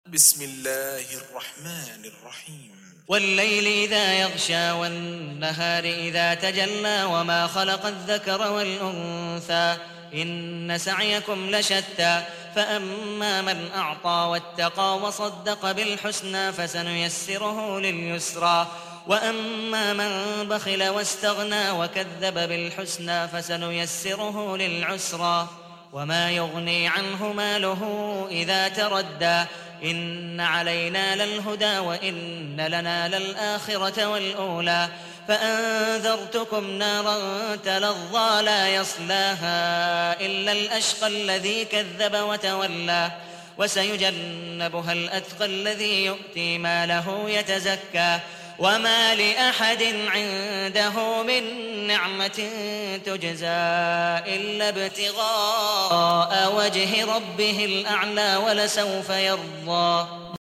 بسم الله الرحمن الرحيم والليل إذا يغشى والنهار إذا تجلى وما خلق الذكر والأنثى إن سعيكم لشتى فأما من أعطى واتقى وصدق بالحسنى فسنيسره لليسرى وأما من بخل واستغنى وكذب بالحسنى فسنيسره للعسرى وما يغني عنه ماله إذا تردى إن علينا للهدى وإن لنا للآخرة والأولى فأنذرتكم نارا تلظى لا يصلاها إلا الأشقى الذي كذب وتولى وسيجنبها الأتقى الذي يؤتي ماله يتزكى وما لأحد عنده من نعمة تجزى إلا ابتغاء وجه ربه الأعلى ولسوف يرضى.